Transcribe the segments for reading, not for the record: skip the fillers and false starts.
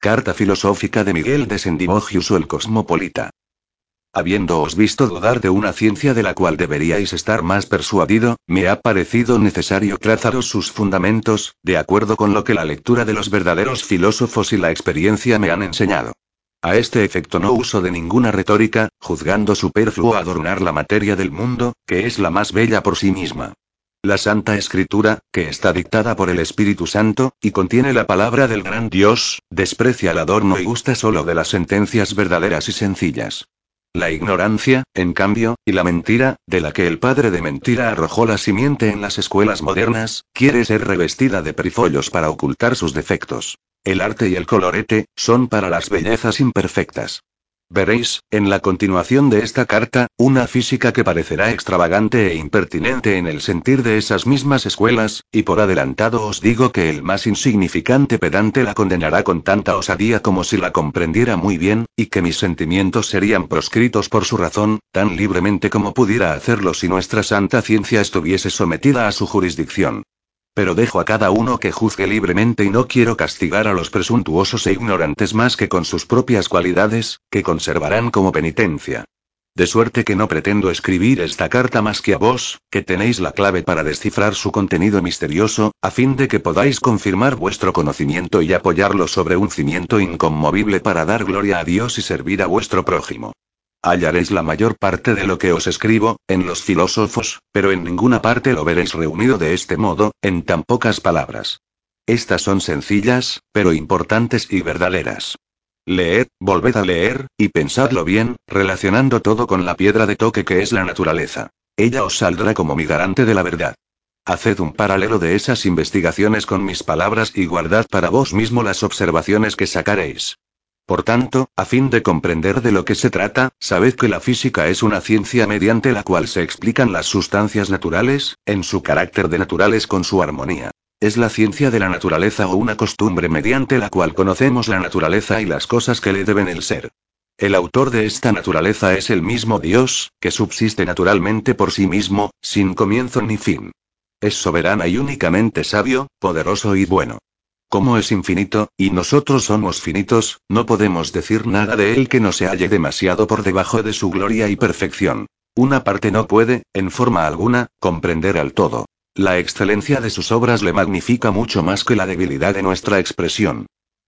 Carta filosófica de Miguel de Sendivogius o el Cosmopolita. Habiéndoos visto dudar de una ciencia de la cual deberíais estar más persuadido, me ha parecido necesario trazaros sus fundamentos, de acuerdo con lo que la lectura de los verdaderos filósofos y la experiencia me han enseñado. A este efecto no uso de ninguna retórica, juzgando superfluo adornar la materia del mundo, que es la más bella por sí misma. La Santa Escritura, que está dictada por el Espíritu Santo, y contiene la palabra del gran Dios, desprecia el adorno y gusta solo de las sentencias verdaderas y sencillas. La ignorancia, en cambio, y la mentira, de la que el padre de mentira arrojó la simiente en las escuelas modernas, quiere ser revestida de perifollos para ocultar sus defectos. El arte y el colorete, son para las bellezas imperfectas. Veréis, en la continuación de esta carta, una física que parecerá extravagante e impertinente en el sentir de esas mismas escuelas, y por adelantado os digo que el más insignificante pedante la condenará con tanta osadía como si la comprendiera muy bien, y que mis sentimientos serían proscritos por su razón, tan libremente como pudiera hacerlo si nuestra santa ciencia estuviese sometida a su jurisdicción. Pero dejo a cada uno que juzgue libremente y no quiero castigar a los presuntuosos e ignorantes más que con sus propias cualidades, que conservarán como penitencia. De suerte que no pretendo escribir esta carta más que a vos, que tenéis la clave para descifrar su contenido misterioso, a fin de que podáis confirmar vuestro conocimiento y apoyarlo sobre un cimiento inconmovible para dar gloria a Dios y servir a vuestro prójimo. Hallaréis la mayor parte de lo que os escribo, en los filósofos, pero en ninguna parte lo veréis reunido de este modo, en tan pocas palabras. Estas son sencillas, pero importantes y verdaderas. Leed, volved a leer, y pensadlo bien, relacionando todo con la piedra de toque que es la naturaleza. Ella os saldrá como mi garante de la verdad. Haced un paralelo de esas investigaciones con mis palabras y guardad para vos mismo las observaciones que sacaréis. Por tanto, a fin de comprender de lo que se trata, sabed que la física es una ciencia mediante la cual se explican las sustancias naturales, en su carácter de naturales con su armonía. Es la ciencia de la naturaleza o una costumbre mediante la cual conocemos la naturaleza y las cosas que le deben el ser. El autor de esta naturaleza es el mismo Dios, que subsiste naturalmente por sí mismo, sin comienzo ni fin. Es soberana y únicamente sabio, poderoso y bueno. Como es infinito, y nosotros somos finitos, no podemos decir nada de él que no se halle demasiado por debajo de su gloria y perfección. Una parte no puede, en forma alguna, comprender al todo. La excelencia de sus obras le magnifica mucho más que la debilidad de nuestra expresión.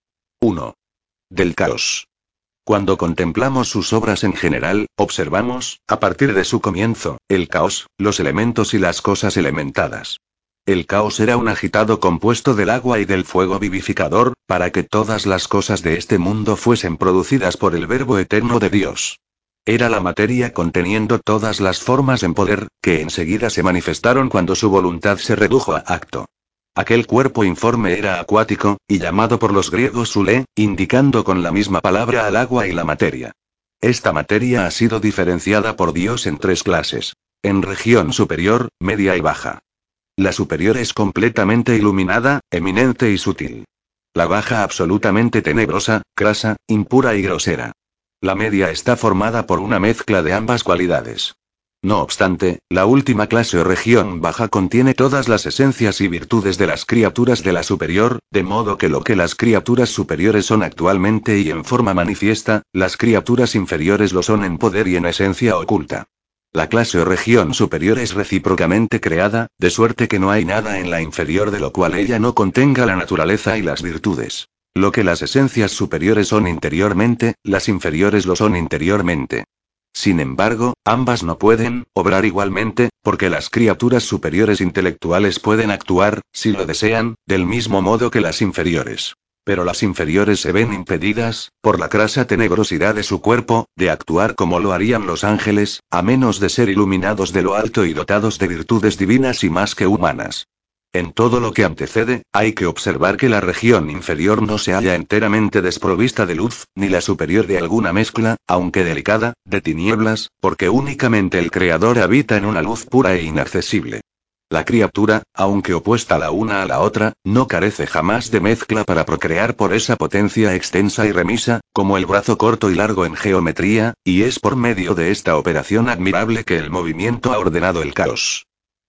1. Del caos. Cuando contemplamos sus obras en general, observamos, a partir de su comienzo, el caos, los elementos y las cosas elementadas. El caos era un agitado compuesto del agua y del fuego vivificador, para que todas las cosas de este mundo fuesen producidas por el Verbo eterno de Dios. Era la materia conteniendo todas las formas en poder, que enseguida se manifestaron cuando su voluntad se redujo a acto. Aquel cuerpo informe era acuático, y llamado por los griegos Sule, indicando con la misma palabra al agua y la materia. Esta materia ha sido diferenciada por Dios en tres clases: en región superior, media y baja. La superior es completamente iluminada, eminente y sutil. La baja absolutamente tenebrosa, crasa, impura y grosera. La media está formada por una mezcla de ambas cualidades. No obstante, la última clase o región baja contiene todas las esencias y virtudes de las criaturas de la superior, de modo que lo que las criaturas superiores son actualmente y en forma manifiesta, las criaturas inferiores lo son en poder y en esencia oculta. La clase o región superior es recíprocamente creada, de suerte que no hay nada en la inferior de lo cual ella no contenga la naturaleza y las virtudes. Lo que las esencias superiores son interiormente, las inferiores lo son interiormente. Sin embargo, ambas no pueden obrar igualmente, porque las criaturas superiores intelectuales pueden actuar, si lo desean, del mismo modo que las inferiores. Pero las inferiores se ven impedidas, por la crasa tenebrosidad de su cuerpo, de actuar como lo harían los ángeles, a menos de ser iluminados de lo alto y dotados de virtudes divinas y más que humanas. En todo lo que antecede, hay que observar que la región inferior no se halla enteramente desprovista de luz, ni la superior de alguna mezcla, aunque delicada, de tinieblas, porque únicamente el Creador habita en una luz pura e inaccesible. La criatura, aunque opuesta la una a la otra, no carece jamás de mezcla para procrear por esa potencia extensa y remisa, como el brazo corto y largo en geometría, y es por medio de esta operación admirable que el movimiento ha ordenado el caos.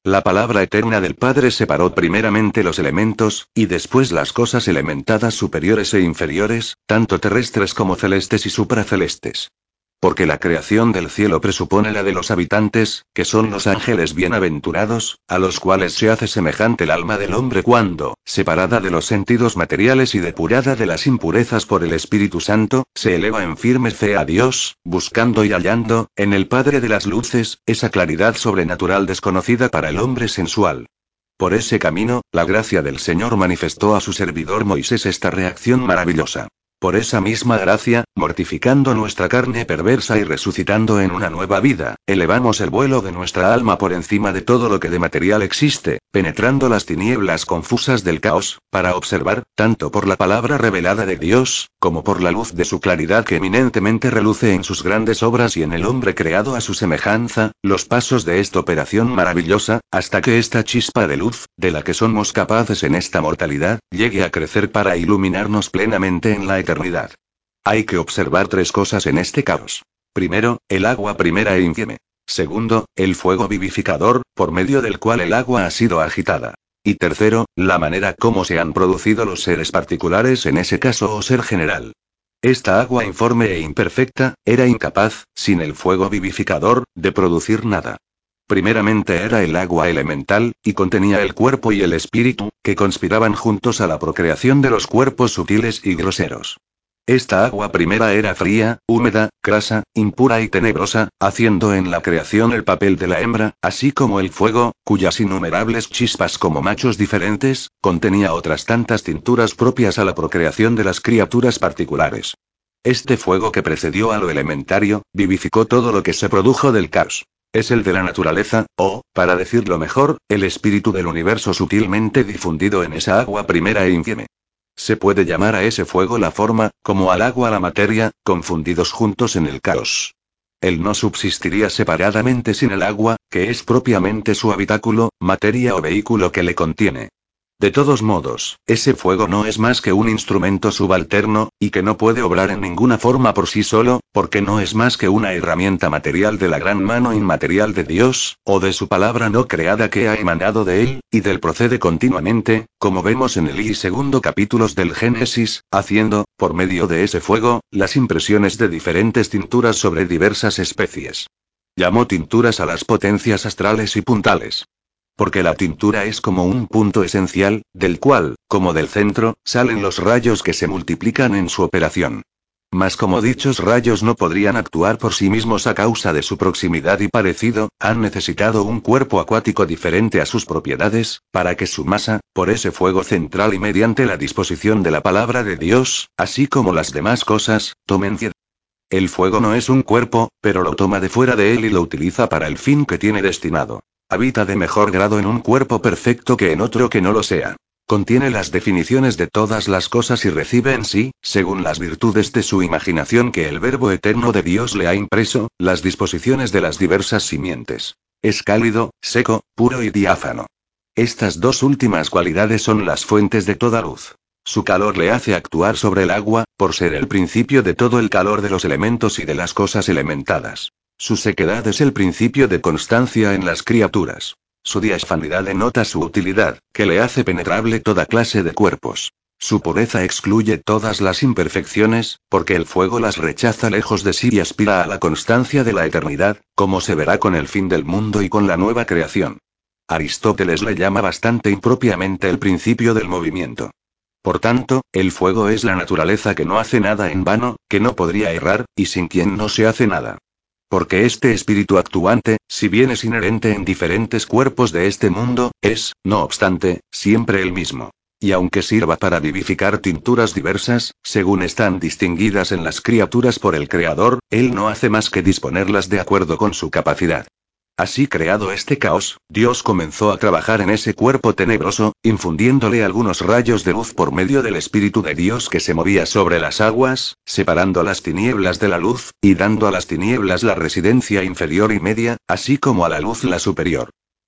La palabra eterna del Padre separó primeramente los elementos, y después las cosas elementadas superiores e inferiores, tanto terrestres como celestes y supracelestes. Porque la creación del cielo presupone la de los habitantes, que son los ángeles bienaventurados, a los cuales se hace semejante el alma del hombre cuando, separada de los sentidos materiales y depurada de las impurezas por el Espíritu Santo, se eleva en firme fe a Dios, buscando y hallando, en el Padre de las luces, esa claridad sobrenatural desconocida para el hombre sensual. Por ese camino, la gracia del Señor manifestó a su servidor Moisés esta reacción maravillosa. Por esa misma gracia, mortificando nuestra carne perversa y resucitando en una nueva vida, elevamos el vuelo de nuestra alma por encima de todo lo que de material existe, penetrando las tinieblas confusas del caos, para observar, tanto por la palabra revelada de Dios, como por la luz de su claridad que eminentemente reluce en sus grandes obras y en el hombre creado a su semejanza, los pasos de esta operación maravillosa, hasta que esta chispa de luz, de la que somos capaces en esta mortalidad, llegue a crecer para iluminarnos plenamente en la eternidad. Hay que observar tres cosas en este caos. Primero, el agua primera e infieme. Segundo, el fuego vivificador, por medio del cual el agua ha sido agitada. Y tercero, la manera como se han producido los seres particulares en ese caso o ser general. Esta agua informe e imperfecta, era incapaz, sin el fuego vivificador, de producir nada. Primeramente era el agua elemental, y contenía el cuerpo y el espíritu, que conspiraban juntos a la procreación de los cuerpos sutiles y groseros. Esta agua primera era fría, húmeda, crasa, impura y tenebrosa, haciendo en la creación el papel de la hembra, así como el fuego, cuyas innumerables chispas como machos diferentes, contenía otras tantas tinturas propias a la procreación de las criaturas particulares. Este fuego que precedió a lo elementario, vivificó todo lo que se produjo del caos. Es el de la naturaleza, o, para decirlo mejor, el espíritu del universo sutilmente difundido en esa agua primera e infieme. Se puede llamar a ese fuego la forma, como al agua la materia, confundidos juntos en el caos. Él no subsistiría separadamente sin el agua, que es propiamente su habitáculo, materia o vehículo que le contiene. De todos modos, ese fuego no es más que un instrumento subalterno, y que no puede obrar en ninguna forma por sí solo, porque no es más que una herramienta material de la gran mano inmaterial de Dios, o de su palabra no creada que ha emanado de él, y del procede continuamente, como vemos en el y segundo capítulos del Génesis, haciendo, por medio de ese fuego, las impresiones de diferentes tinturas sobre diversas especies. Llamó tinturas a las potencias astrales y puntales. Porque la tintura es como un punto esencial, del cual, como del centro, salen los rayos que se multiplican en su operación. Mas como dichos rayos no podrían actuar por sí mismos a causa de su proximidad y parecido, han necesitado un cuerpo acuático diferente a sus propiedades, para que su masa, por ese fuego central y mediante la disposición de la palabra de Dios, así como las demás cosas, tomen vida. El fuego no es un cuerpo, pero lo toma de fuera de él y lo utiliza para el fin que tiene destinado. Habita de mejor grado en un cuerpo perfecto que en otro que no lo sea. Contiene las definiciones de todas las cosas y recibe en sí, según las virtudes de su imaginación que el Verbo eterno de Dios le ha impreso, las disposiciones de las diversas simientes. Es cálido, seco, puro y diáfano. Estas dos últimas cualidades son las fuentes de toda luz. Su calor le hace actuar sobre el agua, por ser el principio de todo el calor de los elementos y de las cosas elementadas. Su sequedad es el principio de constancia en las criaturas. Su diafanidad denota su utilidad, que le hace penetrable toda clase de cuerpos. Su pureza excluye todas las imperfecciones, porque el fuego las rechaza lejos de sí y aspira a la constancia de la eternidad, como se verá con el fin del mundo y con la nueva creación. Aristóteles le llama bastante impropiamente el principio del movimiento. Por tanto, el fuego es la naturaleza que no hace nada en vano, que no podría errar, y sin quien no se hace nada. Porque este espíritu actuante, si bien es inherente en diferentes cuerpos de este mundo, es, no obstante, siempre el mismo. Y aunque sirva para vivificar tinturas diversas, según están distinguidas en las criaturas por el Creador, él no hace más que disponerlas de acuerdo con su capacidad. Así creado este caos, Dios comenzó a trabajar en ese cuerpo tenebroso, infundiéndole algunos rayos de luz por medio del Espíritu de Dios que se movía sobre las aguas, separando las tinieblas de la luz, y dando a las tinieblas la residencia inferior y media, así como a la luz la superior.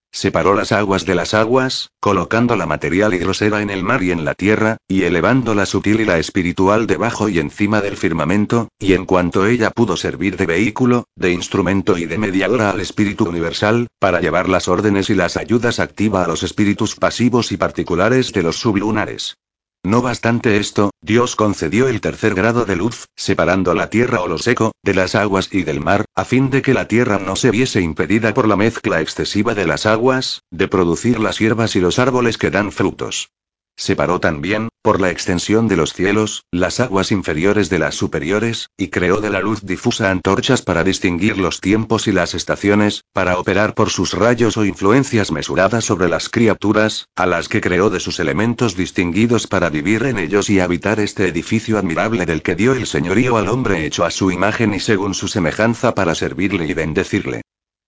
Separó las aguas de las aguas, colocando la material y grosera en el mar y en la tierra, y elevando la sutil y la espiritual debajo y encima del firmamento, y en cuanto ella pudo servir de vehículo, de instrumento y de mediadora al espíritu universal, para llevar las órdenes y las ayudas activa a los espíritus pasivos y particulares de los sublunares. No bastante esto, Dios concedió el tercer grado de luz, separando la tierra o lo seco, de las aguas y del mar, a fin de que la tierra no se viese impedida por la mezcla excesiva de las aguas, de producir las hierbas y los árboles que dan frutos. Separó también, por la extensión de los cielos, las aguas inferiores de las superiores, y creó de la luz difusa antorchas para distinguir los tiempos y las estaciones, para operar por sus rayos o influencias mesuradas sobre las criaturas, a las que creó de sus elementos distinguidos para vivir en ellos y habitar este edificio admirable del que dio el señorío al hombre hecho a su imagen y según su semejanza para servirle y bendecirle.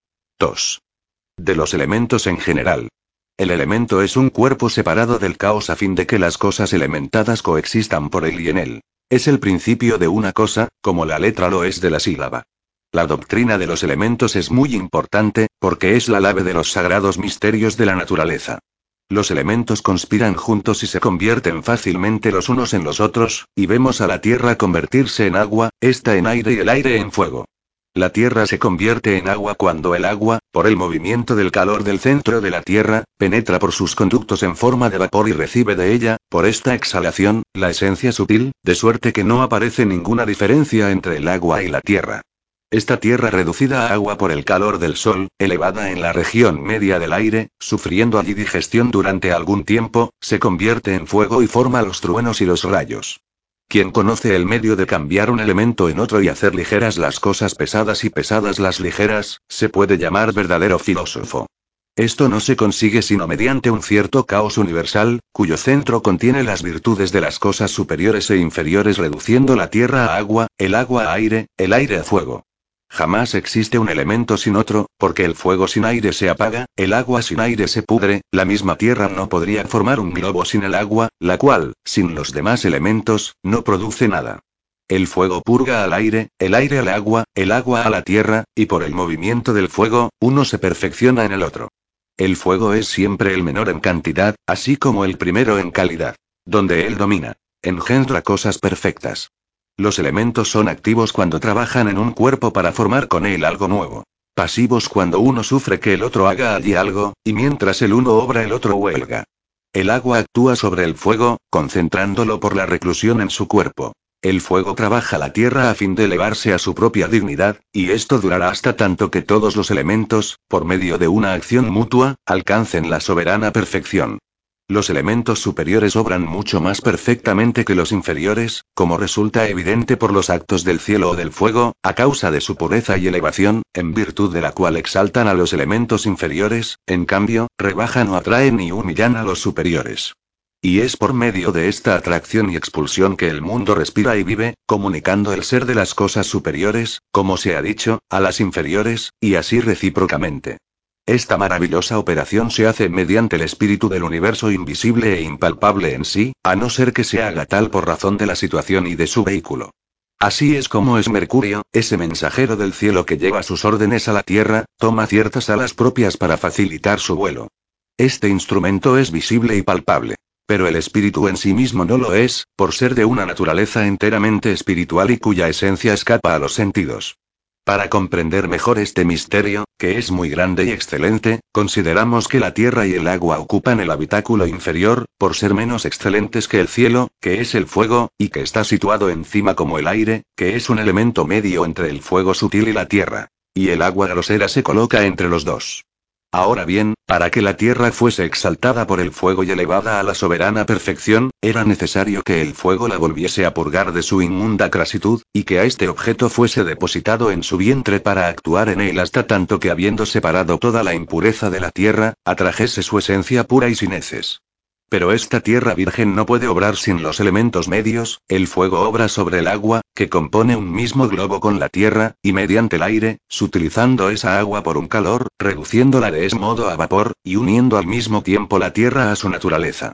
2. De los elementos en general. El elemento es un cuerpo separado del caos a fin de que las cosas elementadas coexistan por él y en él. Es el principio de una cosa, como la letra lo es de la sílaba. La doctrina de los elementos es muy importante, porque es la clave de los sagrados misterios de la naturaleza. Los elementos conspiran juntos y se convierten fácilmente los unos en los otros, y vemos a la tierra convertirse en agua, esta en aire y el aire en fuego. La tierra se convierte en agua cuando el agua, por el movimiento del calor del centro de la tierra, penetra por sus conductos en forma de vapor y recibe de ella, por esta exhalación, la esencia sutil, de suerte que no aparece ninguna diferencia entre el agua y la tierra. Esta tierra reducida a agua por el calor del sol, elevada en la región media del aire, sufriendo allí digestión durante algún tiempo, se convierte en fuego y forma los truenos y los rayos. Quien conoce el medio de cambiar un elemento en otro y hacer ligeras las cosas pesadas y pesadas las ligeras, se puede llamar verdadero filósofo. Esto no se consigue sino mediante un cierto caos universal, cuyo centro contiene las virtudes de las cosas superiores e inferiores reduciendo la tierra a agua, el agua a aire, el aire a fuego. Jamás existe un elemento sin otro, porque el fuego sin aire se apaga, el agua sin aire se pudre, la misma tierra no podría formar un globo sin el agua, la cual, sin los demás elementos, no produce nada. El fuego purga al aire, el aire al agua, el agua a la tierra, y por el movimiento del fuego, uno se perfecciona en el otro. El fuego es siempre el menor en cantidad, así como el primero en calidad. Donde él domina, engendra cosas perfectas. Los elementos son activos cuando trabajan en un cuerpo para formar con él algo nuevo. Pasivos cuando uno sufre que el otro haga allí algo, y mientras el uno obra el otro huelga. El agua actúa sobre el fuego, concentrándolo por la reclusión en su cuerpo. El fuego trabaja la tierra a fin de elevarse a su propia dignidad, y esto durará hasta tanto que todos los elementos, por medio de una acción mutua, alcancen la soberana perfección. Los elementos superiores obran mucho más perfectamente que los inferiores, como resulta evidente por los actos del cielo o del fuego, a causa de su pureza y elevación, en virtud de la cual exaltan a los elementos inferiores, en cambio, rebajan o atraen y humillan a los superiores. Y es por medio de esta atracción y expulsión que el mundo respira y vive, comunicando el ser de las cosas superiores, como se ha dicho, a las inferiores, y así recíprocamente. Esta maravillosa operación se hace mediante el espíritu del universo invisible e impalpable en sí, a no ser que se haga tal por razón de la situación y de su vehículo. Así es como es Mercurio, ese mensajero del cielo que lleva sus órdenes a la Tierra, toma ciertas alas propias para facilitar su vuelo. Este instrumento es visible y palpable. Pero el espíritu en sí mismo no lo es, por ser de una naturaleza enteramente espiritual y cuya esencia escapa a los sentidos. Para comprender mejor este misterio, que es muy grande y excelente, consideramos que la tierra y el agua ocupan el habitáculo inferior, por ser menos excelentes que el cielo, que es el fuego, y que está situado encima como el aire, que es un elemento medio entre el fuego sutil y la tierra. Y el agua grosera se coloca entre los dos. Ahora bien, para que la tierra fuese exaltada por el fuego y elevada a la soberana perfección, era necesario que el fuego la volviese a purgar de su inmunda crasitud, y que a este objeto fuese depositado en su vientre para actuar en él hasta tanto que habiendo separado toda la impureza de la tierra, atrajese su esencia pura y sin heces. Pero esta tierra virgen no puede obrar sin los elementos medios, el fuego obra sobre el agua, que compone un mismo globo con la tierra, y mediante el aire, sutilizando esa agua por un calor, reduciéndola de ese modo a vapor, y uniendo al mismo tiempo la tierra a su naturaleza.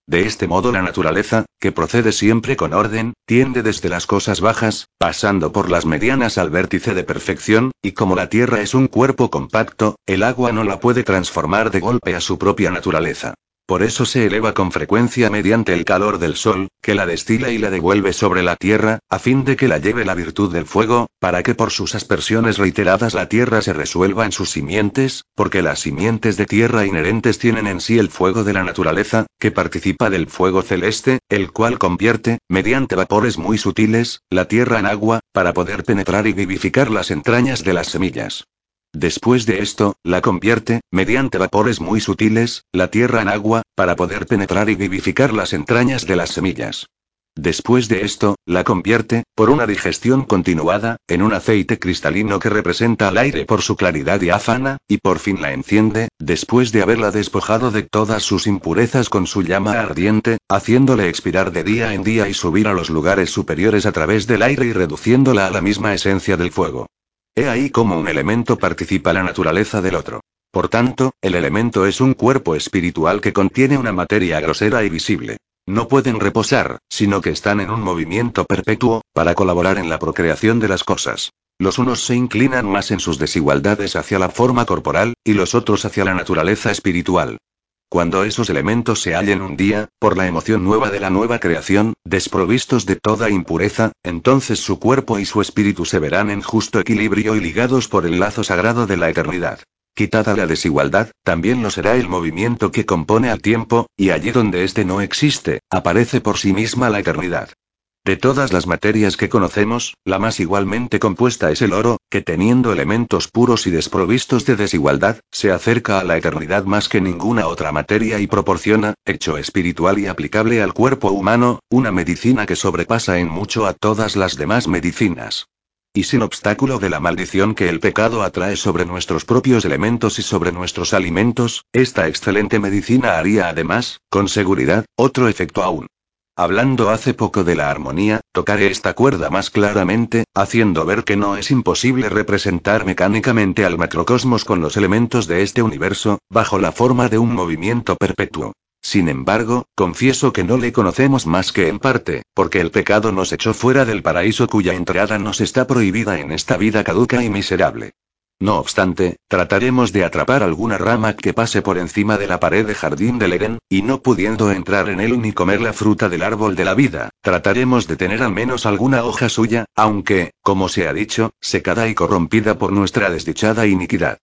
De este modo la naturaleza, que procede siempre con orden, tiende desde las cosas bajas, pasando por las medianas al vértice de perfección, y como la tierra es un cuerpo compacto, el agua no la puede transformar de golpe a su propia naturaleza. Por eso se eleva con frecuencia mediante el calor del sol, que la destila y la devuelve sobre la tierra, a fin de que la lleve la virtud del fuego, para que por sus aspersiones reiteradas la tierra se resuelva en sus simientes, porque las simientes de tierra inherentes tienen en sí el fuego de la naturaleza, que participa del fuego celeste, el cual convierte, mediante vapores muy sutiles, la tierra en agua, para poder penetrar y vivificar las entrañas de las semillas. Después de esto, la convierte, mediante vapores muy sutiles, la tierra en agua, para poder penetrar y vivificar las entrañas de las semillas. Después de esto, la convierte, por una digestión continuada, en un aceite cristalino que representa al aire por su claridad diáfana, y por fin la enciende, después de haberla despojado de todas sus impurezas con su llama ardiente, haciéndole expirar de día en día y subir a los lugares superiores a través del aire y reduciéndola a la misma esencia del fuego. He ahí cómo un elemento participa la naturaleza del otro. Por tanto, el elemento es un cuerpo espiritual que contiene una materia grosera y visible. No pueden reposar, sino que están en un movimiento perpetuo, para colaborar en la procreación de las cosas. Los unos se inclinan más en sus desigualdades hacia la forma corporal, y los otros hacia la naturaleza espiritual. Cuando esos elementos se hallen un día, por la emoción nueva de la nueva creación, desprovistos de toda impureza, entonces su cuerpo y su espíritu se verán en justo equilibrio y ligados por el lazo sagrado de la eternidad. Quitada la desigualdad, también lo será el movimiento que compone al tiempo, y allí donde éste no existe, aparece por sí misma la eternidad. De todas las materias que conocemos, la más igualmente compuesta es el oro, que teniendo elementos puros y desprovistos de desigualdad, se acerca a la eternidad más que ninguna otra materia y proporciona, hecho espiritual y aplicable al cuerpo humano, una medicina que sobrepasa en mucho a todas las demás medicinas. Y sin obstáculo de la maldición que el pecado atrae sobre nuestros propios elementos y sobre nuestros alimentos, esta excelente medicina haría además, con seguridad, otro efecto aún. Hablando hace poco de la armonía, tocaré esta cuerda más claramente, haciendo ver que no es imposible representar mecánicamente al macrocosmos con los elementos de este universo, bajo la forma de un movimiento perpetuo. Sin embargo, confieso que no le conocemos más que en parte, porque el pecado nos echó fuera del paraíso cuya entrada nos está prohibida en esta vida caduca y miserable. No obstante, trataremos de atrapar alguna rama que pase por encima de la pared de jardín del Edén, y no pudiendo entrar en él ni comer la fruta del árbol de la vida, trataremos de tener al menos alguna hoja suya, aunque, como se ha dicho, secada y corrompida por nuestra desdichada iniquidad.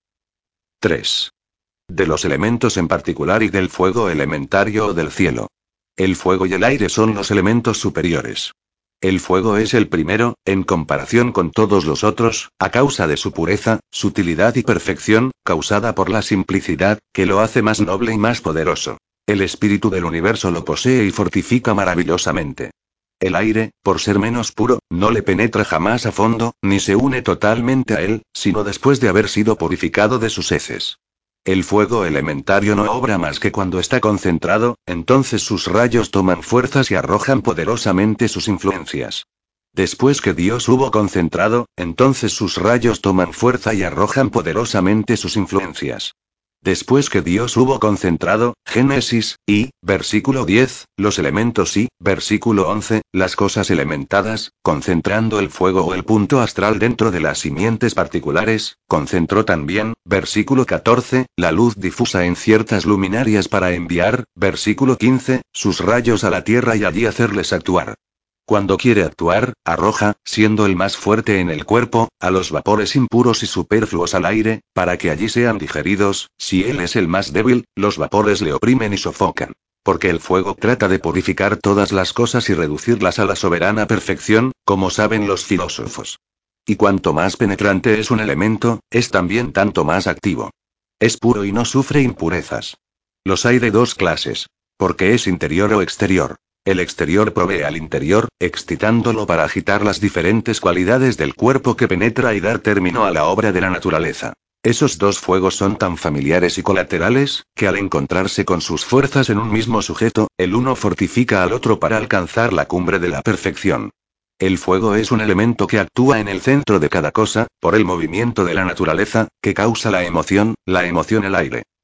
3. De los elementos en particular y del fuego elementario o del cielo. El fuego y el aire son los elementos superiores. El fuego es el primero, en comparación con todos los otros, a causa de su pureza, sutilidad y perfección, causada por la simplicidad, que lo hace más noble y más poderoso. El espíritu del universo lo posee y fortifica maravillosamente. El aire, por ser menos puro, no le penetra jamás a fondo, ni se une totalmente a él, sino después de haber sido purificado de sus heces. El fuego elementario no obra más que cuando está concentrado, entonces sus rayos toman fuerzas y arrojan poderosamente sus influencias. Después que Dios hubo concentrado, entonces sus rayos toman fuerza y arrojan poderosamente sus influencias. Después que Dios hubo concentrado, Génesis, y, versículo 10, los elementos y, versículo 11, las cosas elementadas, concentrando el fuego o el punto astral dentro de las simientes particulares, concentró también, versículo 14, la luz difusa en ciertas luminarias para enviar, versículo 15, sus rayos a la tierra y allí hacerles actuar. Cuando quiere actuar, arroja, siendo el más fuerte en el cuerpo, a los vapores impuros y superfluos al aire, para que allí sean digeridos; si él es el más débil, los vapores le oprimen y sofocan. Porque el fuego trata de purificar todas las cosas y reducirlas a la soberana perfección, como saben los filósofos. Y cuanto más penetrante es un elemento, es también tanto más activo. Es puro y no sufre impurezas. Los hay de dos clases. Porque es interior o exterior. El exterior provee al interior, excitándolo para agitar las diferentes cualidades del cuerpo que penetra y dar término a la obra de la naturaleza. Esos dos fuegos son tan familiares y colaterales, que al encontrarse con sus fuerzas en un mismo sujeto, el uno fortifica al otro para alcanzar la cumbre de la perfección. El fuego es un elemento que actúa en el centro de cada cosa, por el movimiento de la naturaleza, que causa la emoción el aire.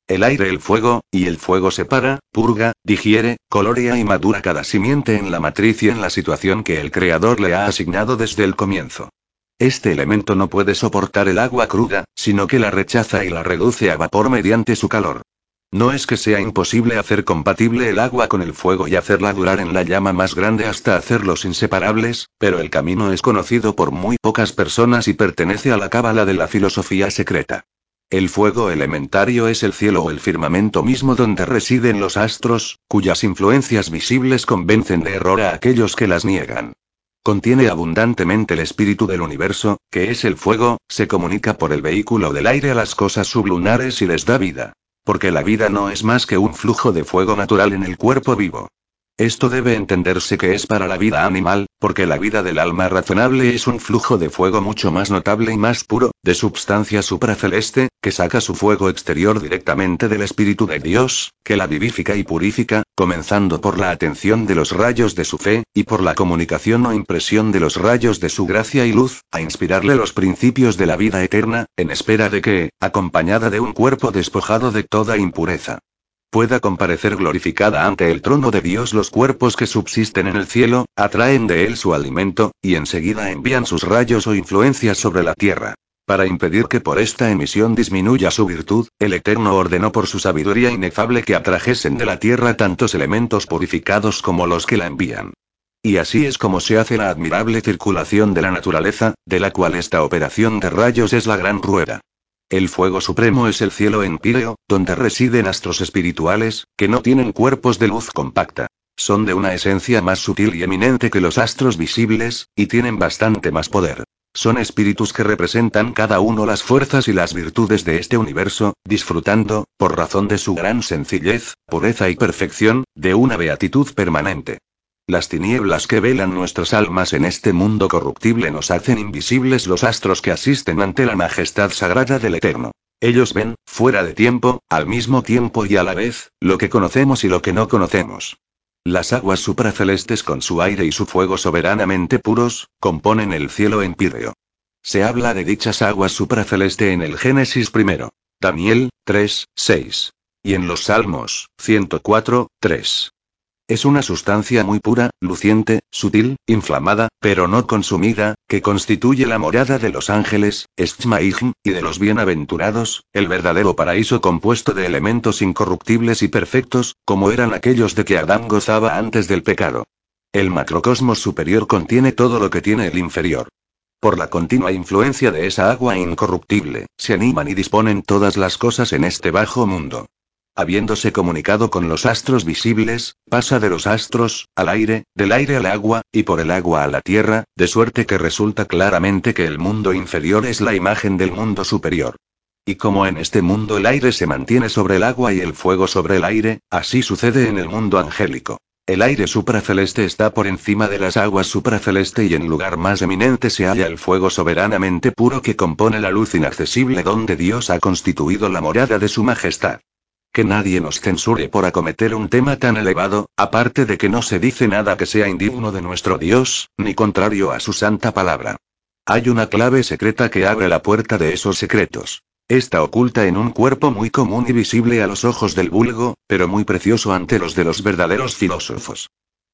El aire el fuego, y el fuego separa, purga, digiere, colorea y madura cada simiente en la matriz y en la situación que el Creador le ha asignado desde el comienzo. Este elemento no puede soportar el agua cruda, sino que la rechaza y la reduce a vapor mediante su calor. No es que sea imposible hacer compatible el agua con el fuego y hacerla durar en la llama más grande hasta hacerlos inseparables, pero el camino es conocido por muy pocas personas y pertenece a la cábala de la filosofía secreta. El fuego elementario es el cielo o el firmamento mismo donde residen los astros, cuyas influencias visibles convencen de error a aquellos que las niegan. Contiene abundantemente el espíritu del universo, que es el fuego, se comunica por el vehículo del aire a las cosas sublunares y les da vida. Porque la vida no es más que un flujo de fuego natural en el cuerpo vivo. Esto debe entenderse que es para la vida animal, porque la vida del alma razonable es un flujo de fuego mucho más notable y más puro, de substancia supraceleste, que saca su fuego exterior directamente del Espíritu de Dios, que la vivifica y purifica, comenzando por la atención de los rayos de su fe, y por la comunicación o impresión de los rayos de su gracia y luz, a inspirarle los principios de la vida eterna, en espera de que, acompañada de un cuerpo despojado de toda impureza, pueda comparecer glorificada ante el trono de Dios. Los cuerpos que subsisten en el cielo, atraen de él su alimento, y enseguida envían sus rayos o influencias sobre la tierra. Para impedir que por esta emisión disminuya su virtud, el Eterno ordenó por su sabiduría inefable que atrajesen de la tierra tantos elementos purificados como los que la envían. Y así es como se hace la admirable circulación de la naturaleza, de la cual esta operación de rayos es la gran rueda. El fuego supremo es el cielo empíreo, donde residen astros espirituales, que no tienen cuerpos de luz compacta. Son de una esencia más sutil y eminente que los astros visibles, y tienen bastante más poder. Son espíritus que representan cada uno las fuerzas y las virtudes de este universo, disfrutando, por razón de su gran sencillez, pureza y perfección, de una beatitud permanente. Las tinieblas que velan nuestras almas en este mundo corruptible nos hacen invisibles los astros que asisten ante la majestad sagrada del Eterno. Ellos ven, fuera de tiempo, al mismo tiempo y a la vez, lo que conocemos y lo que no conocemos. Las aguas supracelestes con su aire y su fuego soberanamente puros, componen el cielo empíreo. Se habla de dichas aguas supraceleste en el Génesis primero. Daniel 3, 6. Y en los Salmos 104, 3. Es una sustancia muy pura, luciente, sutil, inflamada, pero no consumida, que constituye la morada de los ángeles, Eshmaijm, y de los bienaventurados, el verdadero paraíso compuesto de elementos incorruptibles y perfectos, como eran aquellos de que Adán gozaba antes del pecado. El macrocosmos superior contiene todo lo que tiene el inferior. Por la continua influencia de esa agua incorruptible, se animan y disponen todas las cosas en este bajo mundo. Habiéndose comunicado con los astros visibles, pasa de los astros, al aire, del aire al agua, y por el agua a la tierra, de suerte que resulta claramente que el mundo inferior es la imagen del mundo superior. Y como en este mundo el aire se mantiene sobre el agua y el fuego sobre el aire, así sucede en el mundo angélico. El aire supraceleste está por encima de las aguas supraceleste y en lugar más eminente se halla el fuego soberanamente puro que compone la luz inaccesible donde Dios ha constituido la morada de su majestad. Que nadie nos censure por acometer un tema tan elevado, aparte de que no se dice nada que sea indigno de nuestro Dios, ni contrario a su santa palabra. Hay una clave secreta que abre la puerta de esos secretos. Está oculta en un cuerpo muy común y visible a los ojos del vulgo, pero muy precioso ante los de los verdaderos filósofos.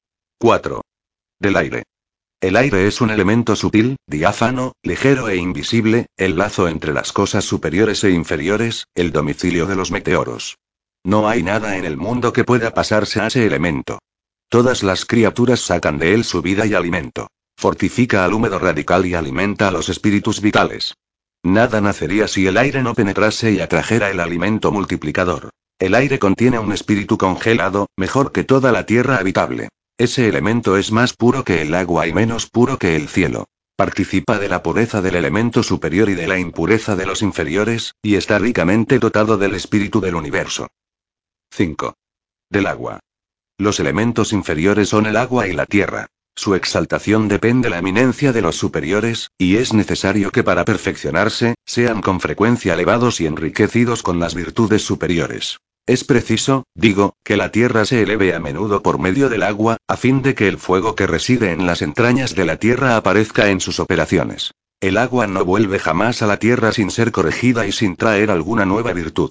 4. Del aire. El aire es un elemento sutil, diáfano, ligero e invisible, el lazo entre las cosas superiores e inferiores, el domicilio de los meteoros. No hay nada en el mundo que pueda pasarse a ese elemento. Todas las criaturas sacan de él su vida y alimento. Fortifica al húmedo radical y alimenta a los espíritus vitales. Nada nacería si el aire no penetrase y atrajera el alimento multiplicador. El aire contiene un espíritu congelado, mejor que toda la tierra habitable. Ese elemento es más puro que el agua y menos puro que el cielo. Participa de la pureza del elemento superior y de la impureza de los inferiores, y está ricamente dotado del espíritu del universo. 5. Del agua. Los elementos inferiores son el agua y la tierra. Su exaltación depende de la eminencia de los superiores, y es necesario que para perfeccionarse, sean con frecuencia elevados y enriquecidos con las virtudes superiores. Es preciso, digo, que la tierra se eleve a menudo por medio del agua, a fin de que el fuego que reside en las entrañas de la tierra aparezca en sus operaciones. El agua no vuelve jamás a la tierra sin ser corregida y sin traer alguna nueva virtud.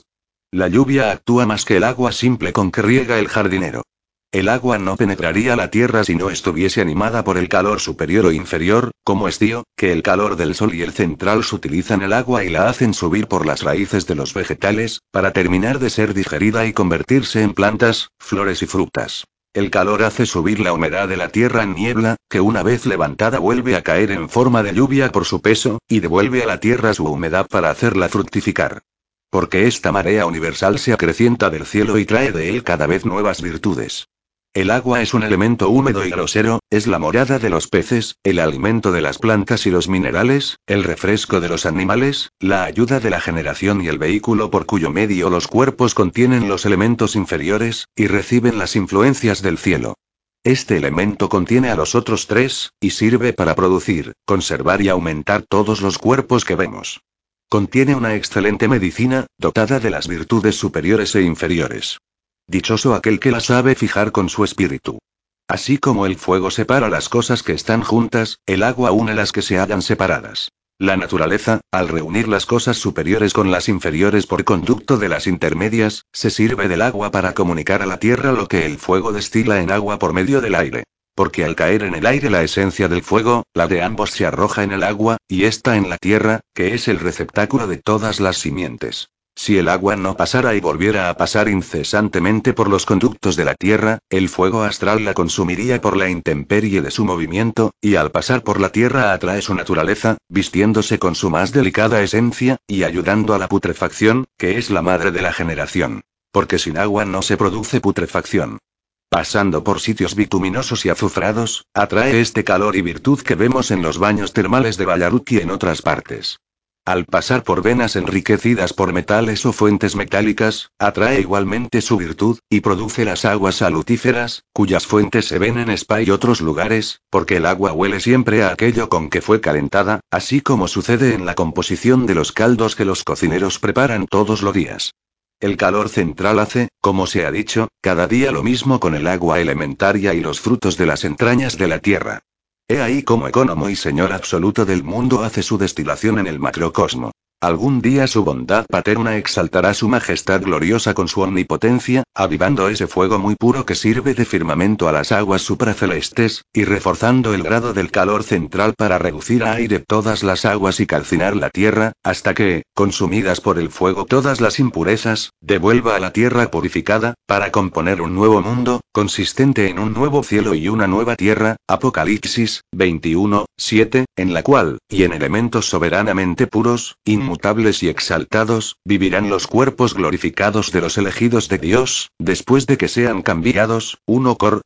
La lluvia actúa más que el agua simple con que riega el jardinero. El agua no penetraría la tierra si no estuviese animada por el calor superior o inferior, como estío, que el calor del sol y el central utilizan el agua y la hacen subir por las raíces de los vegetales, para terminar de ser digerida y convertirse en plantas, flores y frutas. El calor hace subir la humedad de la tierra en niebla, que una vez levantada vuelve a caer en forma de lluvia por su peso, y devuelve a la tierra su humedad para hacerla fructificar. Porque esta marea universal se acrecienta del cielo y trae de él cada vez nuevas virtudes. El agua es un elemento húmedo y grosero, es la morada de los peces, el alimento de las plantas y los minerales, el refresco de los animales, la ayuda de la generación y el vehículo por cuyo medio los cuerpos contienen los elementos inferiores, y reciben las influencias del cielo. Este elemento contiene a los otros tres, y sirve para producir, conservar y aumentar todos los cuerpos que vemos. Contiene una excelente medicina, dotada de las virtudes superiores e inferiores. Dichoso aquel que la sabe fijar con su espíritu. Así como el fuego separa las cosas que están juntas, el agua une las que se hallan separadas. La naturaleza, al reunir las cosas superiores con las inferiores por conducto de las intermedias, se sirve del agua para comunicar a la tierra lo que el fuego destila en agua por medio del aire. Porque al caer en el aire la esencia del fuego, la de ambos se arroja en el agua, y ésta en la tierra, que es el receptáculo de todas las simientes. Si el agua no pasara y volviera a pasar incesantemente por los conductos de la tierra, el fuego astral la consumiría por la intemperie de su movimiento, y al pasar por la tierra atrae su naturaleza, vistiéndose con su más delicada esencia, y ayudando a la putrefacción, que es la madre de la generación. Porque sin agua no se produce putrefacción. Pasando por sitios bituminosos y azufrados, atrae este calor y virtud que vemos en los baños termales de Ballaruc y en otras partes. Al pasar por venas enriquecidas por metales o fuentes metálicas, atrae igualmente su virtud, y produce las aguas salutíferas, cuyas fuentes se ven en Spa y otros lugares, porque el agua huele siempre a aquello con que fue calentada, así como sucede en la composición de los caldos que los cocineros preparan todos los días. El calor central hace, como se ha dicho, cada día lo mismo con el agua elementaria y los frutos de las entrañas de la tierra. He ahí como Economo y Señor absoluto del mundo hace su destilación en el macrocosmo. Algún día su bondad paterna exaltará su majestad gloriosa con su omnipotencia, avivando ese fuego muy puro que sirve de firmamento a las aguas supracelestes, y reforzando el grado del calor central para reducir a aire todas las aguas y calcinar la tierra, hasta que, consumidas por el fuego todas las impurezas, devuelva a la tierra purificada, para componer un nuevo mundo, consistente en un nuevo cielo y una nueva tierra, Apocalipsis 21:7, en la cual, y en elementos soberanamente puros, inmutables y exaltados, vivirán los cuerpos glorificados de los elegidos de Dios, después de que sean cambiados, 1 Cor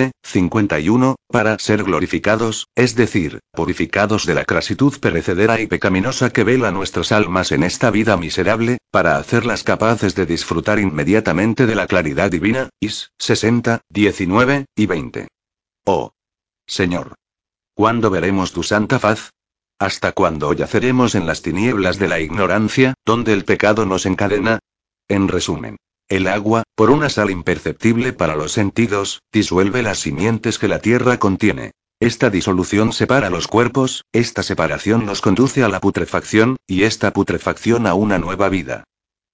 15:51, para ser glorificados, es decir, purificados de la crasitud perecedera y pecaminosa que vela nuestras almas en esta vida miserable, para hacerlas capaces de disfrutar inmediatamente de la claridad divina. Is 60:19-20. Oh Señor, ¿cuándo veremos tu santa faz? ¿Hasta cuándo yaceremos en las tinieblas de la ignorancia, donde el pecado nos encadena? En resumen, el agua, por una sal imperceptible para los sentidos, disuelve las simientes que la tierra contiene. Esta disolución separa los cuerpos, esta separación los conduce a la putrefacción, y esta putrefacción a una nueva vida.